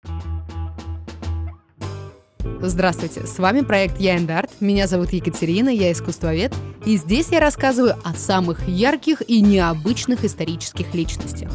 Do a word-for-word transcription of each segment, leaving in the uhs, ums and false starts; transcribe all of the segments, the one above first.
Здравствуйте, с вами проект «Я энд Арт». Меня зовут Екатерина, я искусствовед, и здесь я рассказываю о самых ярких и необычных исторических личностях.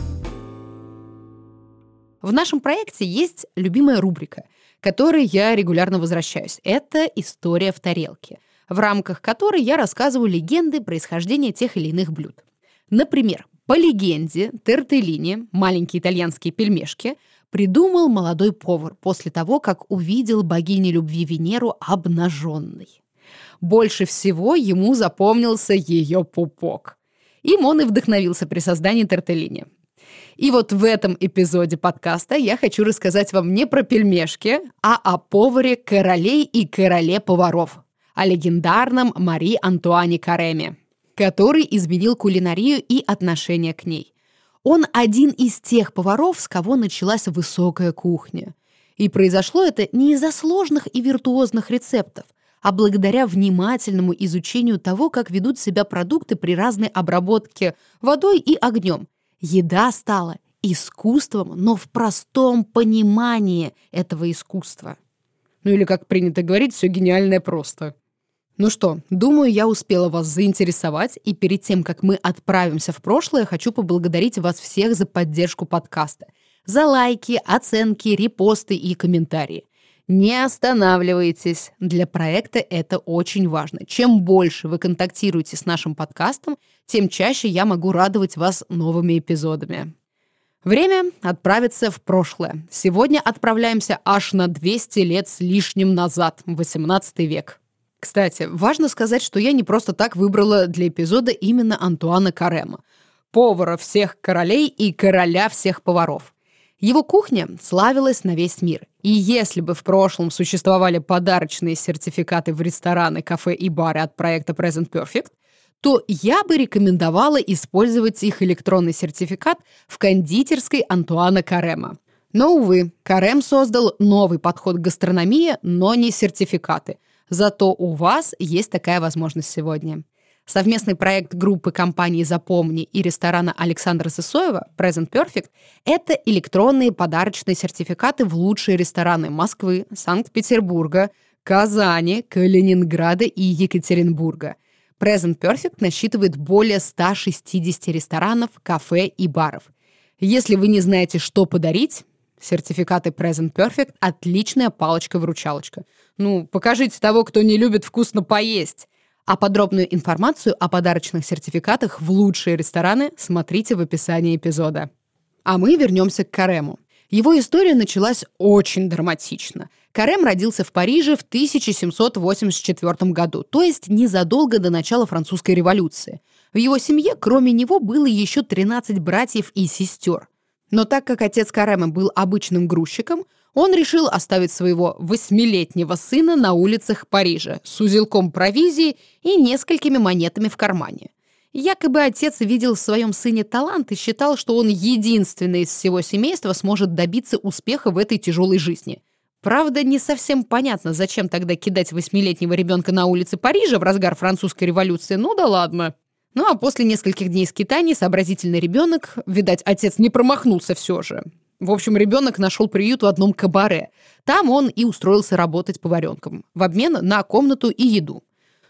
В нашем проекте есть любимая рубрика, к которой я регулярно возвращаюсь. Это «История в тарелке», в рамках которой я рассказываю легенды происхождения тех или иных блюд. Например, по легенде, тортеллини, маленькие итальянские пельмешки, придумал молодой повар после того, как увидел богиню любви Венеру обнаженной. Больше всего ему запомнился ее пупок. Им он и вдохновился при создании тортеллини. И вот в этом эпизоде подкаста я хочу рассказать вам не про пельмешки, а о поваре королей и короле поваров, о легендарном Мари Антуане Кареме, который изменил кулинарию и отношение к ней. Он один из тех поваров, с кого началась высокая кухня. И произошло это не из-за сложных и виртуозных рецептов, а благодаря внимательному изучению того, как ведут себя продукты при разной обработке водой и огнем. Еда стала искусством, но в простом понимании этого искусства. Ну или, как принято говорить, все гениальное просто. Ну что, думаю, я успела вас заинтересовать, и перед тем, как мы отправимся в прошлое, хочу поблагодарить вас всех за поддержку подкаста, за лайки, оценки, репосты и комментарии. Не останавливайтесь, для проекта это очень важно. Чем больше вы контактируете с нашим подкастом, тем чаще я могу радовать вас новыми эпизодами. Время отправиться в прошлое. Сегодня отправляемся аж на двести лет с лишним назад, в восемнадцатый век. Кстати, важно сказать, что я не просто так выбрала для эпизода именно Антуана Карема, повара всех королей и короля всех поваров. Его кухня славилась на весь мир. И если бы в прошлом существовали подарочные сертификаты в рестораны, кафе и бары от проекта Present Perfect, то я бы рекомендовала использовать их электронный сертификат в кондитерской Антуана Карема. Но, увы, Карем создал новый подход к гастрономии, но не сертификаты. Зато у вас есть такая возможность сегодня. Совместный проект группы компаний «Запомни» и ресторана Александра Сысоева Present Perfect – это электронные подарочные сертификаты в лучшие рестораны Москвы, Санкт-Петербурга, Казани, Калининграда и Екатеринбурга. Present Perfect насчитывает более ста шестидесяти ресторанов, кафе и баров. Если вы не знаете, что подарить, сертификаты Present Perfect – отличная палочка-выручалочка. Ну, покажите того, кто не любит вкусно поесть. А подробную информацию о подарочных сертификатах в лучшие рестораны смотрите в описании эпизода. А мы вернемся к Карему. Его история началась очень драматично. Карем родился в Париже в тысяча семьсот восемьдесят четвёртом году, то есть незадолго до начала Французской революции. В его семье, кроме него, было еще тринадцать братьев и сестер. Но так как отец Карема был обычным грузчиком, он решил оставить своего восьмилетнего сына на улицах Парижа с узелком провизии и несколькими монетами в кармане. Якобы отец видел в своем сыне талант и считал, что он единственный из всего семейства сможет добиться успеха в этой тяжелой жизни. Правда, не совсем понятно, зачем тогда кидать восьмилетнего ребенка на улицы Парижа в разгар французской революции, ну да ладно. Ну а после нескольких дней скитаний сообразительный ребенок, видать, отец не промахнулся все же. В общем, ребенок нашел приют в одном кабаре. Там он и устроился работать поваренком в обмен на комнату и еду.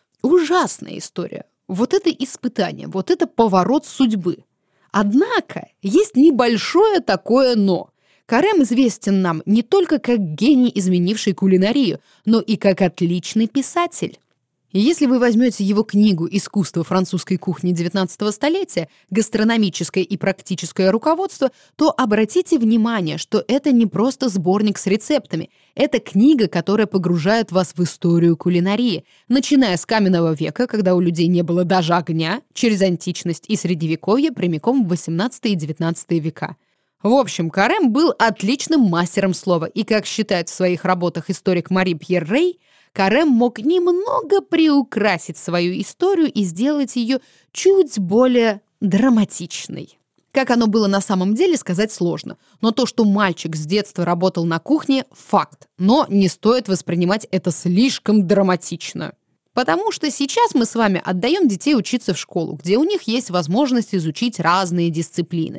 Ужасная история. Вот это испытание, вот это поворот судьбы. Однако есть небольшое такое «но». Карем известен нам не только как гений, изменивший кулинарию, но и как отличный писатель. И если вы возьмете его книгу «Искусство французской кухни девятнадцатого столетия. Гастрономическое и практическое руководство», то обратите внимание, что это не просто сборник с рецептами. Это книга, которая погружает вас в историю кулинарии, начиная с каменного века, когда у людей не было даже огня, через античность и средневековье прямиком в восемнадцатый и девятнадцатый века. В общем, Карем был отличным мастером слова, и, как считает в своих работах историк Мари Пьер Рей, Карем мог немного приукрасить свою историю и сделать ее чуть более драматичной. Как оно было на самом деле, сказать сложно. Но то, что мальчик с детства работал на кухне – факт. Но не стоит воспринимать это слишком драматично. Потому что сейчас мы с вами отдаем детей учиться в школу, где у них есть возможность изучить разные дисциплины.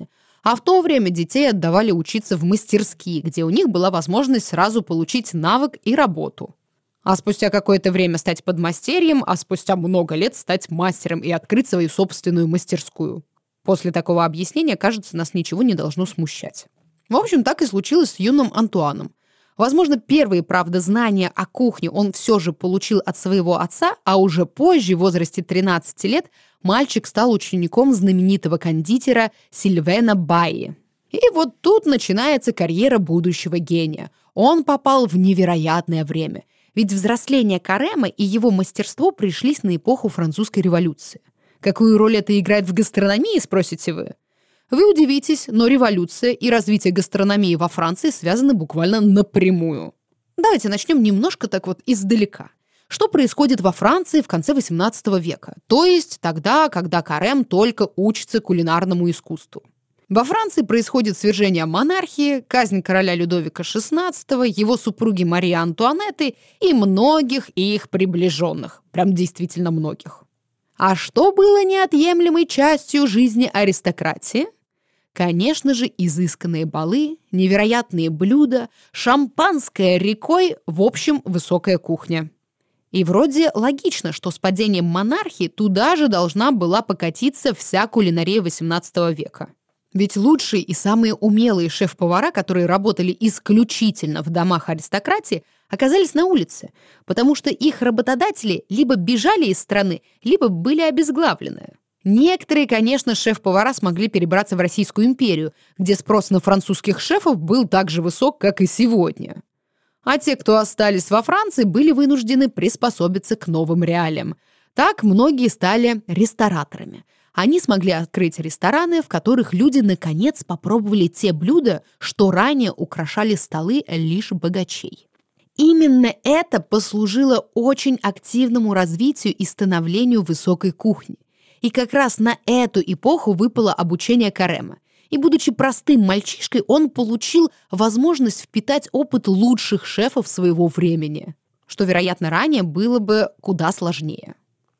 А в то время детей отдавали учиться в мастерские, где у них была возможность сразу получить навык и работу. А спустя какое-то время стать подмастерьем, а спустя много лет стать мастером и открыть свою собственную мастерскую. После такого объяснения, кажется, нас ничего не должно смущать. В общем, так и случилось с юным Антуаном. Возможно, первые, правда, знания о кухне он все же получил от своего отца, а уже позже, в возрасте тринадцати лет, мальчик стал учеником знаменитого кондитера Сильвена Байи. И вот тут начинается карьера будущего гения. Он попал в невероятное время. Ведь взросление Карема и его мастерство пришлись на эпоху французской революции. Какую роль это играет в гастрономии, спросите вы? Вы удивитесь, но революция и развитие гастрономии во Франции связаны буквально напрямую. Давайте начнем немножко так вот издалека. Что происходит во Франции в конце восемнадцатого века? То есть тогда, когда Карем только учится кулинарному искусству. Во Франции происходит свержение монархии, казнь короля Людовика шестнадцатого, его супруги Марии Антуанетты и многих их приближенных. Прям действительно многих. А что было неотъемлемой частью жизни аристократии? Конечно же, изысканные балы, невероятные блюда, шампанское рекой, в общем, высокая кухня. И вроде логично, что с падением монархии туда же должна была покатиться вся кулинария восемнадцатого века. Ведь лучшие и самые умелые шеф-повара, которые работали исключительно в домах аристократии, оказались на улице, потому что их работодатели либо бежали из страны, либо были обезглавлены. Некоторые, конечно, шеф-повара смогли перебраться в Российскую империю, где спрос на французских шефов был так же высок, как и сегодня. А те, кто остались во Франции, были вынуждены приспособиться к новым реалиям. Так многие стали рестораторами. Они смогли открыть рестораны, в которых люди наконец попробовали те блюда, что ранее украшали столы лишь богачей. Именно это послужило очень активному развитию и становлению высокой кухни. И как раз на эту эпоху выпало обучение Карема. И, будучи простым мальчишкой, он получил возможность впитать опыт лучших шефов своего времени, что, вероятно, ранее было бы куда сложнее.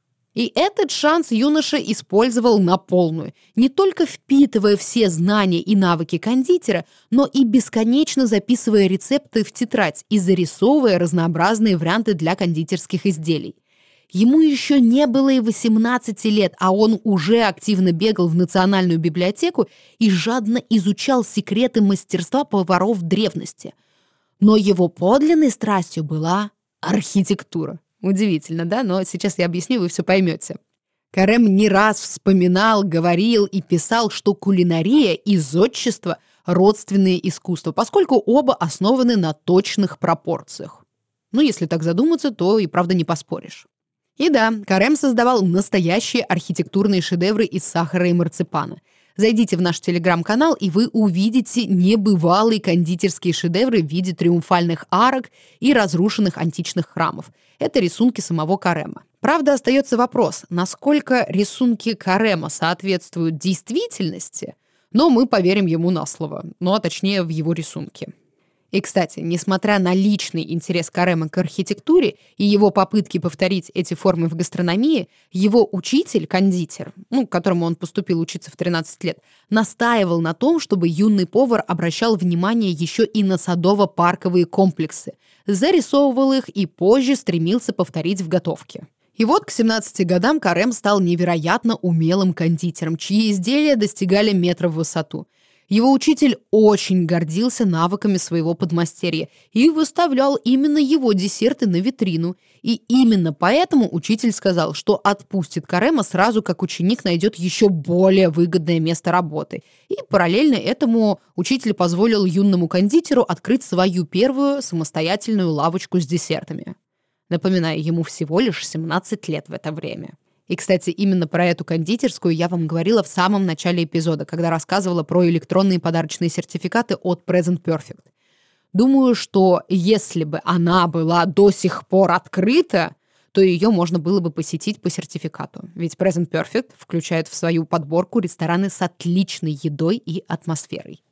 И этот шанс юноша использовал на полную, не только впитывая все знания и навыки кондитера, но и бесконечно записывая рецепты в тетрадь и зарисовывая разнообразные варианты для кондитерских изделий. Ему еще не было и восемнадцати лет, а он уже активно бегал в Национальную библиотеку и жадно изучал секреты мастерства поваров древности. Но его подлинной страстью была архитектура. Удивительно, да? Но сейчас я объясню, вы все поймете. Карем не раз вспоминал, говорил и писал, что кулинария и зодчество – родственные искусства, поскольку оба основаны на точных пропорциях. Ну, если так задуматься, то и правда не поспоришь. И да, Карем создавал настоящие архитектурные шедевры из сахара и марципана. Зайдите в наш телеграм-канал, и вы увидите небывалые кондитерские шедевры в виде триумфальных арок и разрушенных античных храмов. Это рисунки самого Карема. Правда, остается вопрос, насколько рисунки Карема соответствуют действительности, но мы поверим ему на слово, ну а точнее в его рисунки. И, кстати, несмотря на личный интерес Карема к архитектуре и его попытки повторить эти формы в гастрономии, его учитель, кондитер, ну, к которому он поступил учиться в тринадцать лет, настаивал на том, чтобы юный повар обращал внимание еще и на садово-парковые комплексы, зарисовывал их и позже стремился повторить в готовке. И вот к семнадцати годам Карем стал невероятно умелым кондитером, чьи изделия достигали метра в высоту. Его учитель очень гордился навыками своего подмастерья и выставлял именно его десерты на витрину. И именно поэтому учитель сказал, что отпустит Карема сразу, как ученик найдет еще более выгодное место работы. И параллельно этому учитель позволил юному кондитеру открыть свою первую самостоятельную лавочку с десертами. Напоминаю, ему всего лишь семнадцать лет в это время. И, кстати, именно про эту кондитерскую я вам говорила в самом начале эпизода, когда рассказывала про электронные подарочные сертификаты от Present Perfect. Думаю, что если бы она была до сих пор открыта, то ее можно было бы посетить по сертификату. Ведь Present Perfect включает в свою подборку рестораны с отличной едой и атмосферой.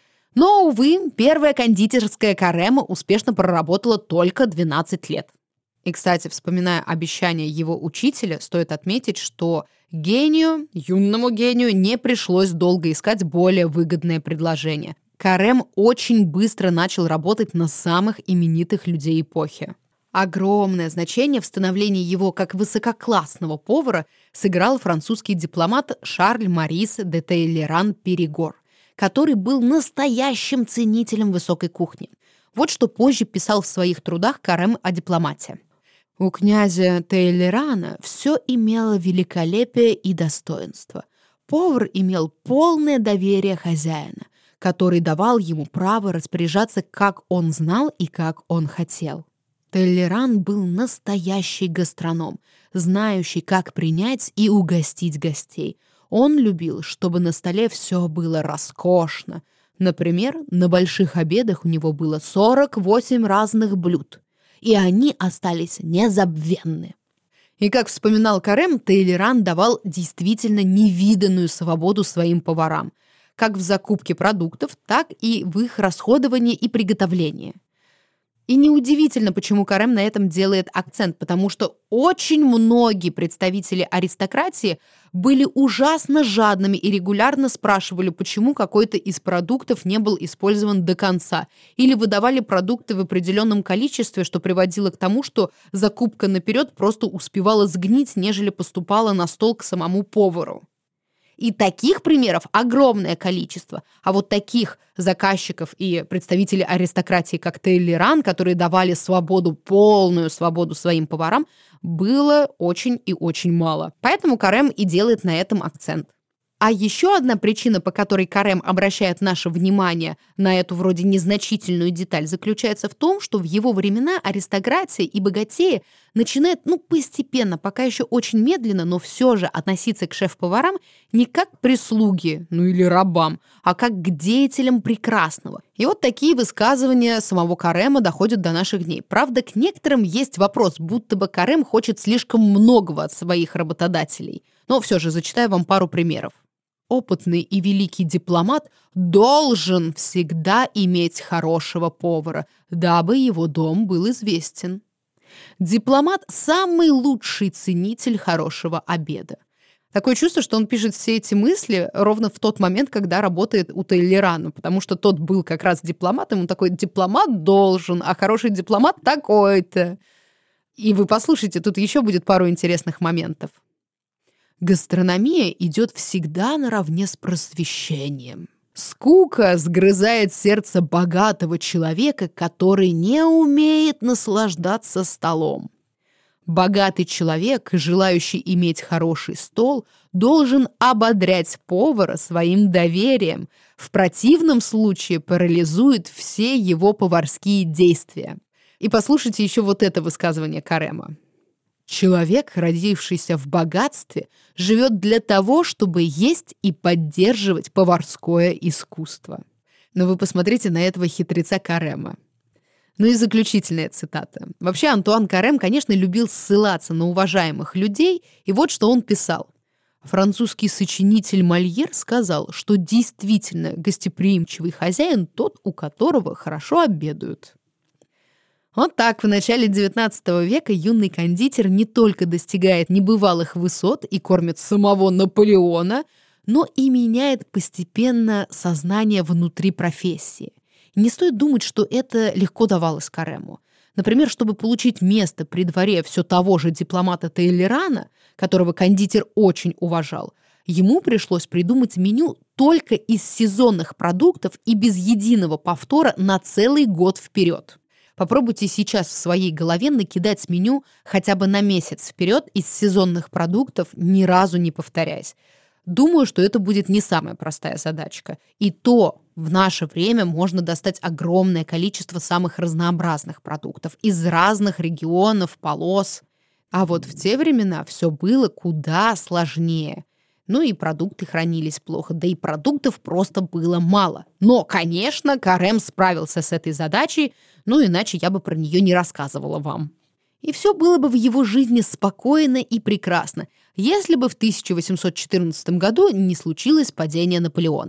Но, увы, первая кондитерская Карема успешно проработала только двенадцать лет. И, кстати, вспоминая обещания его учителя, стоит отметить, что гению, юному гению, не пришлось долго искать более выгодное предложение. Карем очень быстро начал работать на самых именитых людей эпохи. Огромное значение в становлении его как высококлассного повара сыграл французский дипломат Шарль Марис де Тейлеран-Перигор, который был настоящим ценителем высокой кухни. Вот что позже писал в своих трудах Карем о дипломате. У князя Тейлерана все имело великолепие и достоинство. Повар имел полное доверие хозяина, который давал ему право распоряжаться, как он знал и как он хотел. Тейлеран был настоящий гастроном, знающий, как принять и угостить гостей. Он любил, чтобы на столе все было роскошно. Например, на больших обедах у него было сорок восемь разных блюд, и они остались незабвенны. И, как вспоминал Карем, Тейлеран давал действительно невиданную свободу своим поварам, как в закупке продуктов, так и в их расходовании и приготовлении. И неудивительно, почему Карем на этом делает акцент, потому что очень многие представители аристократии были ужасно жадными и регулярно спрашивали, почему какой-то из продуктов не был использован до конца, или выдавали продукты в определенном количестве, что приводило к тому, что закупка наперед просто успевала сгнить, нежели поступала на стол к самому повару. И таких примеров огромное количество. А вот таких заказчиков и представителей аристократии, как Тейлеран, которые давали свободу, полную свободу своим поварам, было очень и очень мало. Поэтому Карем и делает на этом акцент. А еще одна причина, по которой Карем обращает наше внимание на эту вроде незначительную деталь, заключается в том, что в его времена аристократия и богатеи начинают, ну, постепенно, пока еще очень медленно, но все же относиться к шеф-поварам не как к прислуге, ну или рабам, а как к деятелям прекрасного. И вот такие высказывания самого Карема доходят до наших дней. Правда, к некоторым есть вопрос, будто бы Карем хочет слишком многого от своих работодателей. Но все же зачитаю вам пару примеров. Опытный и великий дипломат должен всегда иметь хорошего повара, дабы его дом был известен. Дипломат – самый лучший ценитель хорошего обеда. Такое чувство, что он пишет все эти мысли ровно в тот момент, когда работает у Тейлерана, потому что тот был как раз дипломатом, он такой: дипломат должен, а хороший дипломат такой-то. И вы послушайте, тут еще будет пару интересных моментов. Гастрономия идет всегда наравне с просвещением. Скука сгрызает сердце богатого человека, который не умеет наслаждаться столом. Богатый человек, желающий иметь хороший стол, должен ободрять повара своим доверием. В противном случае парализует все его поварские действия. И послушайте еще вот это высказывание Карема. Человек, родившийся в богатстве, живет для того, чтобы есть и поддерживать поварское искусство. Но вы посмотрите на этого хитреца Карема. Ну и заключительная цитата. Вообще Антуан Карем, конечно, любил ссылаться на уважаемых людей, и вот что он писал. Французский сочинитель Мольер сказал, что действительно гостеприимчивый хозяин тот, у которого хорошо обедают. Вот так в начале девятнадцатого века юный кондитер не только достигает небывалых высот и кормит самого Наполеона, но и меняет постепенно сознание внутри профессии. И не стоит думать, что это легко давалось Карему. Например, чтобы получить место при дворе все того же дипломата Тейлерана, которого кондитер очень уважал, ему пришлось придумать меню только из сезонных продуктов и без единого повтора на целый год вперед. Попробуйте сейчас в своей голове накидать меню хотя бы на месяц вперед из сезонных продуктов, ни разу не повторяясь. Думаю, что это будет не самая простая задачка. И то в наше время можно достать огромное количество самых разнообразных продуктов из разных регионов, полос. А вот в те времена все было куда сложнее. Ну и продукты хранились плохо, да и продуктов просто было мало. Но, конечно, Карем справился с этой задачей, ну иначе я бы про нее не рассказывала вам. И все было бы в его жизни спокойно и прекрасно, если бы в тысяча восемьсот четырнадцатом году не случилось падение Наполеона.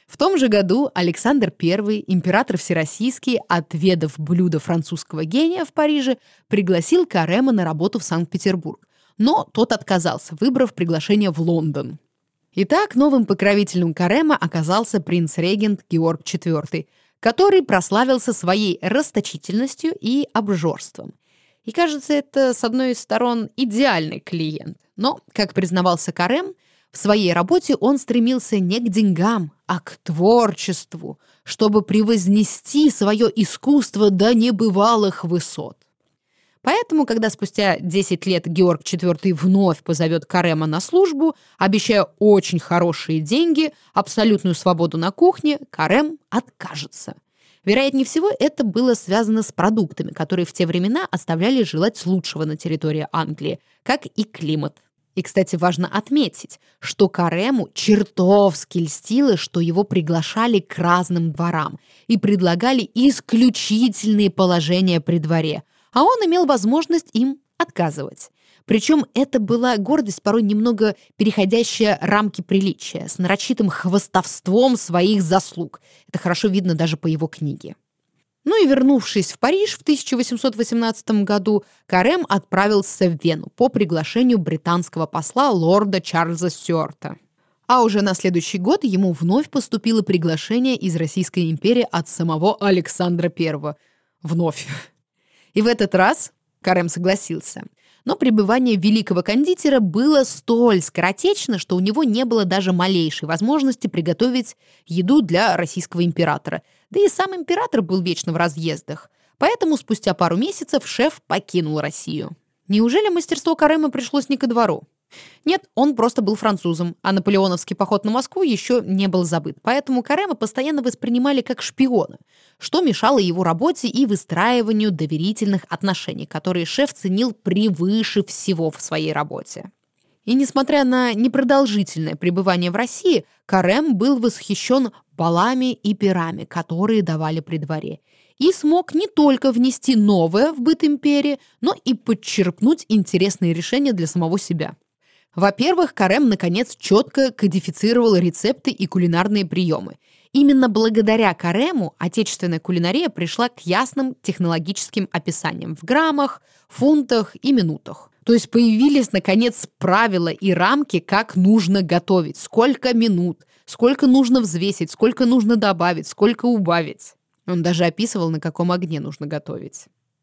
В том же году Александр Первый, император всероссийский, отведав блюдо французского гения в Париже, пригласил Карема на работу в Санкт-Петербург. Но тот отказался, выбрав приглашение в Лондон. Итак, новым покровителем Карема оказался принц-регент Георг Четвёртый, который прославился своей расточительностью и обжорством. И кажется, это, с одной из сторон, идеальный клиент. Но, как признавался Карем, в своей работе он стремился не к деньгам, а к творчеству, чтобы превознести свое искусство до небывалых высот. Поэтому, когда спустя десять лет Георг Четвёртый вновь позовет Карема на службу, обещая очень хорошие деньги, абсолютную свободу на кухне, Карем откажется. Вероятнее всего, это было связано с продуктами, которые в те времена оставляли желать лучшего на территории Англии, как и климат. И, кстати, важно отметить, что Карему чертовски льстило, что его приглашали к разным дворам и предлагали исключительные положения при дворе, а он имел возможность им отказывать. Причем это была гордость, порой немного переходящая рамки приличия, с нарочитым хвастовством своих заслуг. Это хорошо видно даже по его книге. Ну и вернувшись в Париж в тысяча восемьсот восемнадцатом году, Карем отправился в Вену по приглашению британского посла лорда Чарльза Стюарта. А уже на следующий год ему вновь поступило приглашение из Российской империи от самого Александра Первого. Вновь. И в этот раз Карем согласился. Но пребывание великого кондитера было столь скоротечно, что у него не было даже малейшей возможности приготовить еду для российского императора. Да и сам император был вечно в разъездах. Поэтому спустя пару месяцев шеф покинул Россию. Неужели мастерство Карема пришлось не ко двору? Нет, он просто был французом, а наполеоновский поход на Москву еще не был забыт. Поэтому Карема постоянно воспринимали как шпиона, что мешало его работе и выстраиванию доверительных отношений, которые шеф ценил превыше всего в своей работе. И несмотря на непродолжительное пребывание в России, Карем был восхищен балами и пирами, которые давали при дворе, и смог не только внести новое в быт империи, но и подчерпнуть интересные решения для самого себя. Во-первых, Карем, наконец, четко кодифицировал рецепты и кулинарные приемы. Именно благодаря Карему отечественная кулинария пришла к ясным технологическим описаниям в граммах, фунтах и минутах. То есть появились, наконец, правила и рамки, как нужно готовить, сколько минут, сколько нужно взвесить, сколько нужно добавить, сколько убавить. Он даже описывал, на каком огне нужно готовить.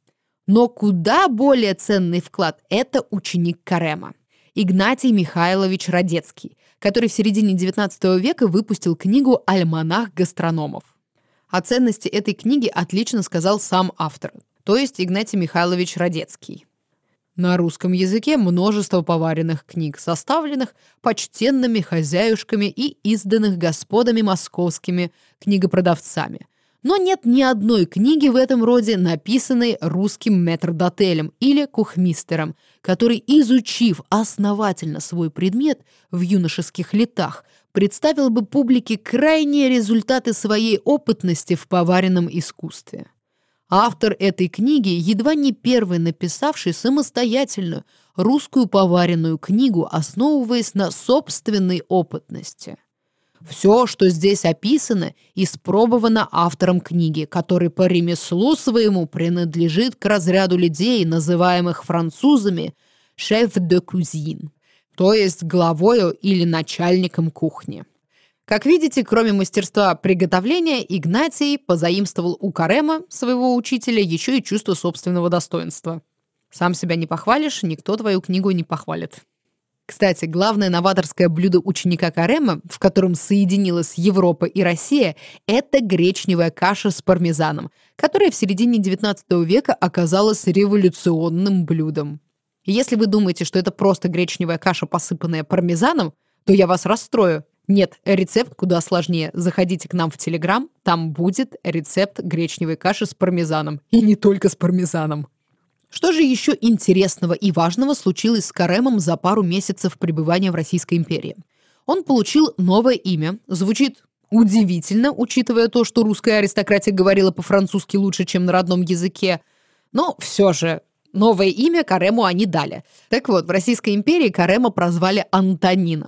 Но куда более ценный вклад – это ученик Карема. Игнатий Михайлович Радецкий, который в середине девятнадцатого века выпустил книгу «Альманах гастрономов». О ценности этой книги отлично сказал сам автор, то есть Игнатий Михайлович Радецкий. На русском языке множество поваренных книг, составленных почтенными хозяюшками и изданных господами московскими книгопродавцами. Но нет ни одной книги в этом роде, написанной русским метрдотелем или кухмистером, который, изучив основательно свой предмет в юношеских летах, представил бы публике крайние результаты своей опытности в поваренном искусстве. Автор этой книги, едва не первый написавший самостоятельную русскую поваренную книгу, основываясь на собственной опытности. Все, что здесь описано, испробовано автором книги, который по ремеслу своему принадлежит к разряду людей, называемых французами «chef de cuisine», то есть главою или начальником кухни. Как видите, кроме мастерства приготовления, Игнатий позаимствовал у Карема, своего учителя, еще и чувство собственного достоинства. Сам себя не похвалишь, никто твою книгу не похвалит. Кстати, главное новаторское блюдо ученика Карема, в котором соединилась Европа и Россия, это гречневая каша с пармезаном, которая в середине девятнадцатого века оказалась революционным блюдом. И если вы думаете, что это просто гречневая каша, посыпанная пармезаном, то я вас расстрою. Нет, рецепт куда сложнее. Заходите к нам в Телеграм, там будет рецепт гречневой каши с пармезаном. И не только с пармезаном. Что же еще интересного и важного случилось с Каремом за пару месяцев пребывания в Российской империи? Он получил новое имя, звучит удивительно, учитывая то, что русская аристократия говорила по-французски лучше, чем на родном языке, но все же новое имя Карему они дали. Так вот, в Российской империи Карема прозвали Антонином,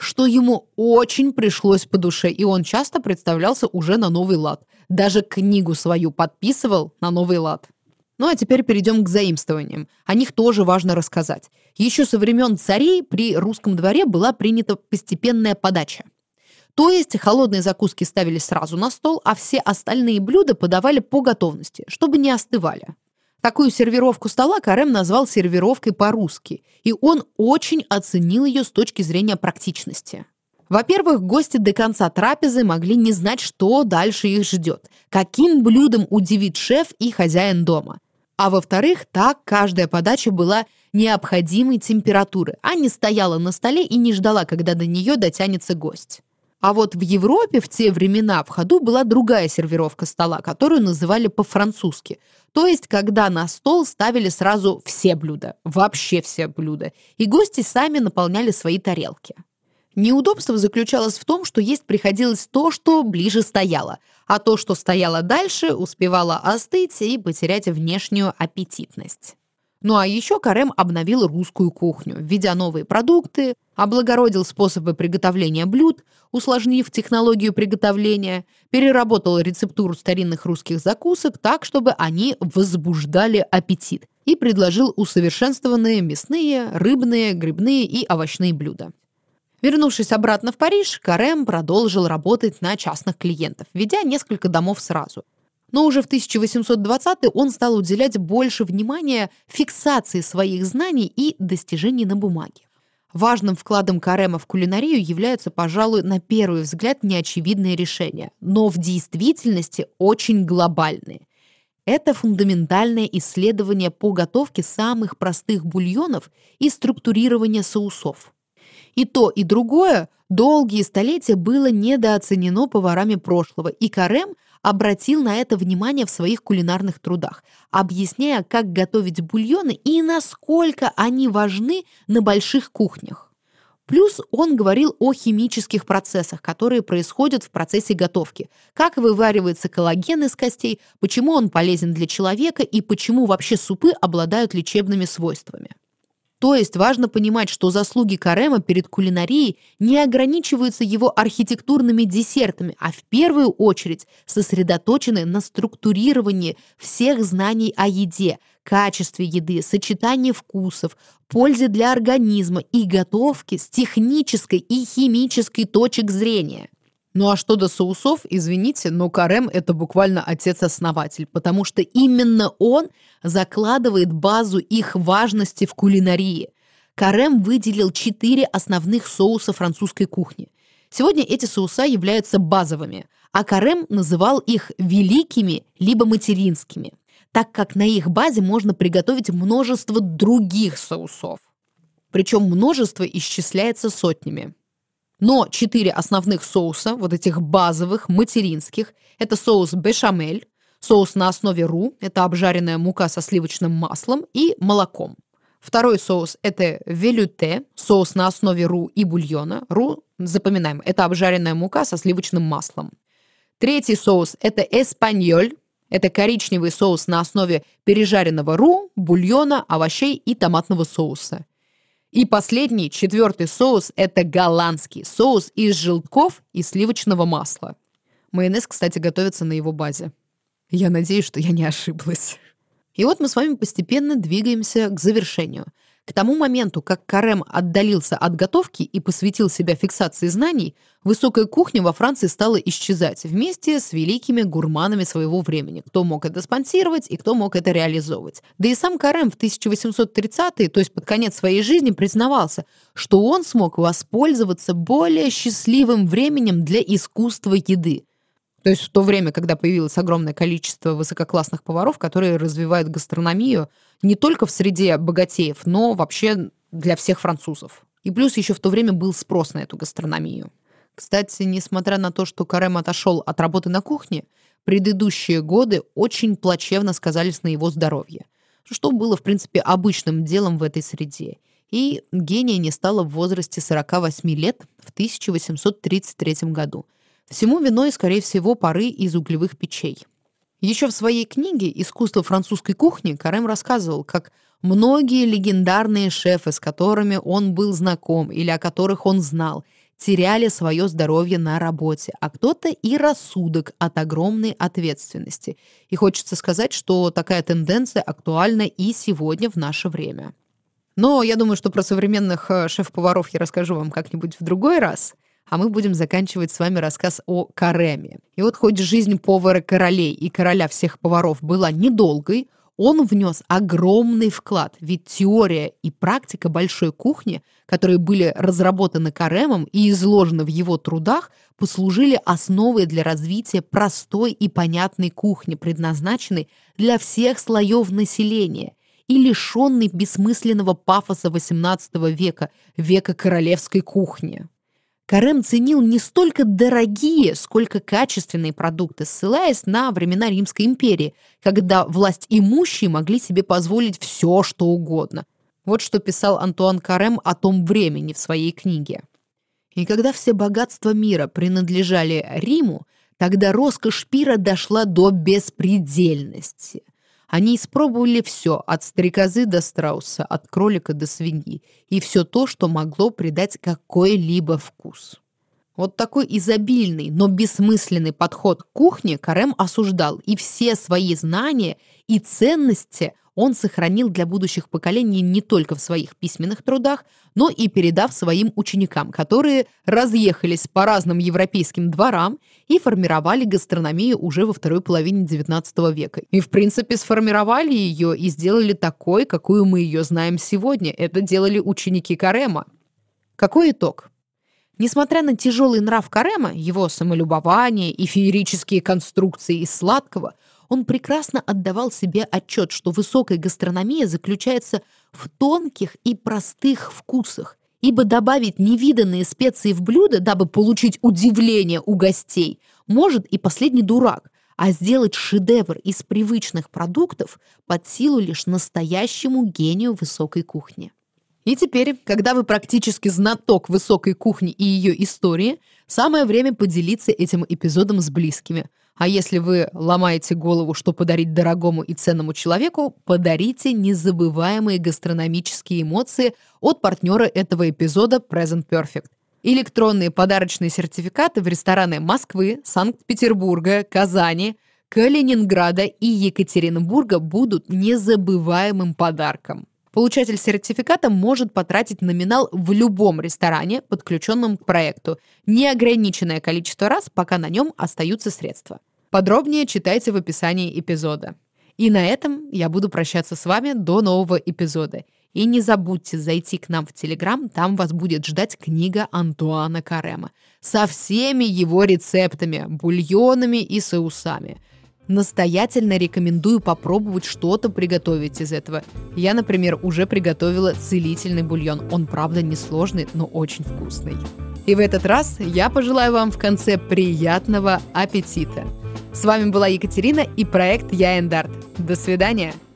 что ему очень пришлось по душе, и он часто представлялся уже на новый лад. Даже книгу свою подписывал на новый лад. Ну а теперь перейдем к заимствованиям. О них тоже важно рассказать. Еще со времен царей при русском дворе была принята постепенная подача. То есть холодные закуски ставили сразу на стол, а все остальные блюда подавали по готовности, чтобы не остывали. Такую сервировку стола Карем назвал сервировкой по-русски, и он очень оценил ее с точки зрения практичности. Во-первых, гости до конца трапезы могли не знать, что дальше их ждет, каким блюдом удивит шеф и хозяин дома. А во-вторых, так каждая подача была необходимой температуры, а не стояла на столе и не ждала, когда до нее дотянется гость. А вот в Европе в те времена в ходу была другая сервировка стола, которую называли по-французски. То есть, когда на стол ставили сразу все блюда, вообще все блюда, и гости сами наполняли свои тарелки. Неудобство заключалось в том, что есть приходилось то, что ближе стояло, а то, что стояло дальше, успевало остыть и потерять внешнюю аппетитность. Ну а еще Карем обновил русскую кухню, введя новые продукты, облагородил способы приготовления блюд, усложнив технологию приготовления, переработал рецептуру старинных русских закусок так, чтобы они возбуждали аппетит, и предложил усовершенствованные мясные, рыбные, грибные и овощные блюда. Вернувшись обратно в Париж, Карем продолжил работать на частных клиентов, ведя несколько домов сразу. Но уже в тысяча восемьсот двадцатые он стал уделять больше внимания фиксации своих знаний и достижений на бумаге. Важным вкладом Карема в кулинарию являются, пожалуй, на первый взгляд неочевидные решения, но в действительности очень глобальные. Это фундаментальное исследование по готовке самых простых бульонов и структурирование соусов. И то, и другое долгие столетия было недооценено поварами прошлого, и Карем обратил на это внимание в своих кулинарных трудах, объясняя, как готовить бульоны и насколько они важны на больших кухнях. Плюс он говорил о химических процессах, которые происходят в процессе готовки, как вываривается коллаген из костей, почему он полезен для человека и почему вообще супы обладают лечебными свойствами. То есть важно понимать, что заслуги Карема перед кулинарией не ограничиваются его архитектурными десертами, а в первую очередь сосредоточены на структурировании всех знаний о еде, качестве еды, сочетании вкусов, пользе для организма и готовке с технической и химической точек зрения. Ну а что до соусов, извините, но Карем – это буквально отец-основатель, потому что именно он закладывает базу их важности в кулинарии. Карем выделил четыре основных соуса французской кухни. Сегодня эти соуса являются базовыми, а Карем называл их великими либо материнскими, так как на их базе можно приготовить множество других соусов. Причем множество исчисляется сотнями. Но четыре основных соуса, вот этих базовых, материнских, это соус бешамель, соус на основе ру, это обжаренная мука со сливочным маслом и молоком. Второй соус – это велюте, соус на основе ру и бульона. Ру, запоминаем, это обжаренная мука со сливочным маслом. Третий соус – это эспаньоль, это коричневый соус на основе пережаренного ру, бульона, овощей и томатного соуса. И последний, четвертый соус – это голландский соус из желтков и сливочного масла. Майонез, кстати, готовится на его базе. Я надеюсь, что я не ошиблась. И вот мы с вами постепенно двигаемся к завершению. К тому моменту, как Карем отдалился от готовки и посвятил себя фиксации знаний, высокая кухня во Франции стала исчезать вместе с великими гурманами своего времени, кто мог это спонсировать и кто мог это реализовывать. Да и сам Карем в тысяча восемьсот тридцатые, то есть под конец своей жизни, признавался, что он смог воспользоваться более счастливым временем для искусства еды. То есть в то время, когда появилось огромное количество высококлассных поваров, которые развивают гастрономию не только в среде богатеев, но вообще для всех французов. И плюс еще в то время был спрос на эту гастрономию. Кстати, несмотря на то, что Карем отошел от работы на кухне, предыдущие годы очень плачевно сказались на его здоровье, что было, в принципе, обычным делом в этой среде. И гения не стало в возрасте сорока восьми лет в тысяча восемьсот тридцать третьем году. Всему виной, скорее всего, пары из углевых печей. Еще в своей книге «Искусство французской кухни» Карем рассказывал, как многие легендарные шефы, с которыми он был знаком или о которых он знал, теряли свое здоровье на работе, а кто-то и рассудок от огромной ответственности. И хочется сказать, что такая тенденция актуальна и сегодня в наше время. Но я думаю, что про современных шеф-поваров я расскажу вам как-нибудь в другой раз, а мы будем заканчивать с вами рассказ о кареме. И вот хоть жизнь повара королей и короля всех поваров была недолгой, он внес огромный вклад, ведь теория и практика большой кухни, которые были разработаны Каремом и изложены в его трудах, послужили основой для развития простой и понятной кухни, предназначенной для всех слоев населения и лишенной бессмысленного пафоса восемнадцатого века, века королевской кухни. Карем ценил не столько дорогие, сколько качественные продукты, ссылаясь на времена Римской империи, когда власть имущие могли себе позволить все, что угодно. Вот что писал Антуан Карем о том времени в своей книге. «И когда все богатства мира принадлежали Риму, тогда роскошь пира дошла до беспредельности. Они испробовали все, от стрекозы до страуса, от кролика до свиньи, и все то, что могло придать какой-либо вкус». Вот такой изобильный, но бессмысленный подход к кухне Карем осуждал, и все свои знания и ценности он сохранил для будущих поколений не только в своих письменных трудах, но и передав своим ученикам, которые разъехались по разным европейским дворам и формировали гастрономию уже во второй половине девятнадцатого века. И, в принципе, сформировали ее и сделали такой, какую мы ее знаем сегодня. Это делали ученики Карема. Какой итог? Несмотря на тяжелый нрав Карема, его самолюбование и феерические конструкции из сладкого, он прекрасно отдавал себе отчет, что высокая гастрономия заключается в тонких и простых вкусах, ибо добавить невиданные специи в блюдо, дабы получить удивление у гостей, может и последний дурак, а сделать шедевр из привычных продуктов под силу лишь настоящему гению высокой кухни. И теперь, когда вы практически знаток высокой кухни и ее истории, самое время поделиться этим эпизодом с близкими. А если вы ломаете голову, что подарить дорогому и ценному человеку, подарите незабываемые гастрономические эмоции от партнера этого эпизода Present Perfect. Электронные подарочные сертификаты в рестораны Москвы, Санкт-Петербурга, Казани, Калининграда и Екатеринбурга будут незабываемым подарком. Получатель сертификата может потратить номинал в любом ресторане, подключенном к проекту, неограниченное количество раз, пока на нем остаются средства. Подробнее читайте в описании эпизода. И на этом я буду прощаться с вами до нового эпизода. И не забудьте зайти к нам в Телеграм, там вас будет ждать книга Антуана Карема со всеми его рецептами, бульонами и соусами. Настоятельно рекомендую попробовать что-то приготовить из этого. Я, например, уже приготовила целительный бульон. Он, правда, несложный, но очень вкусный. И в этот раз я пожелаю вам в конце приятного аппетита. С вами была Екатерина и проект Я Эндарт. До свидания!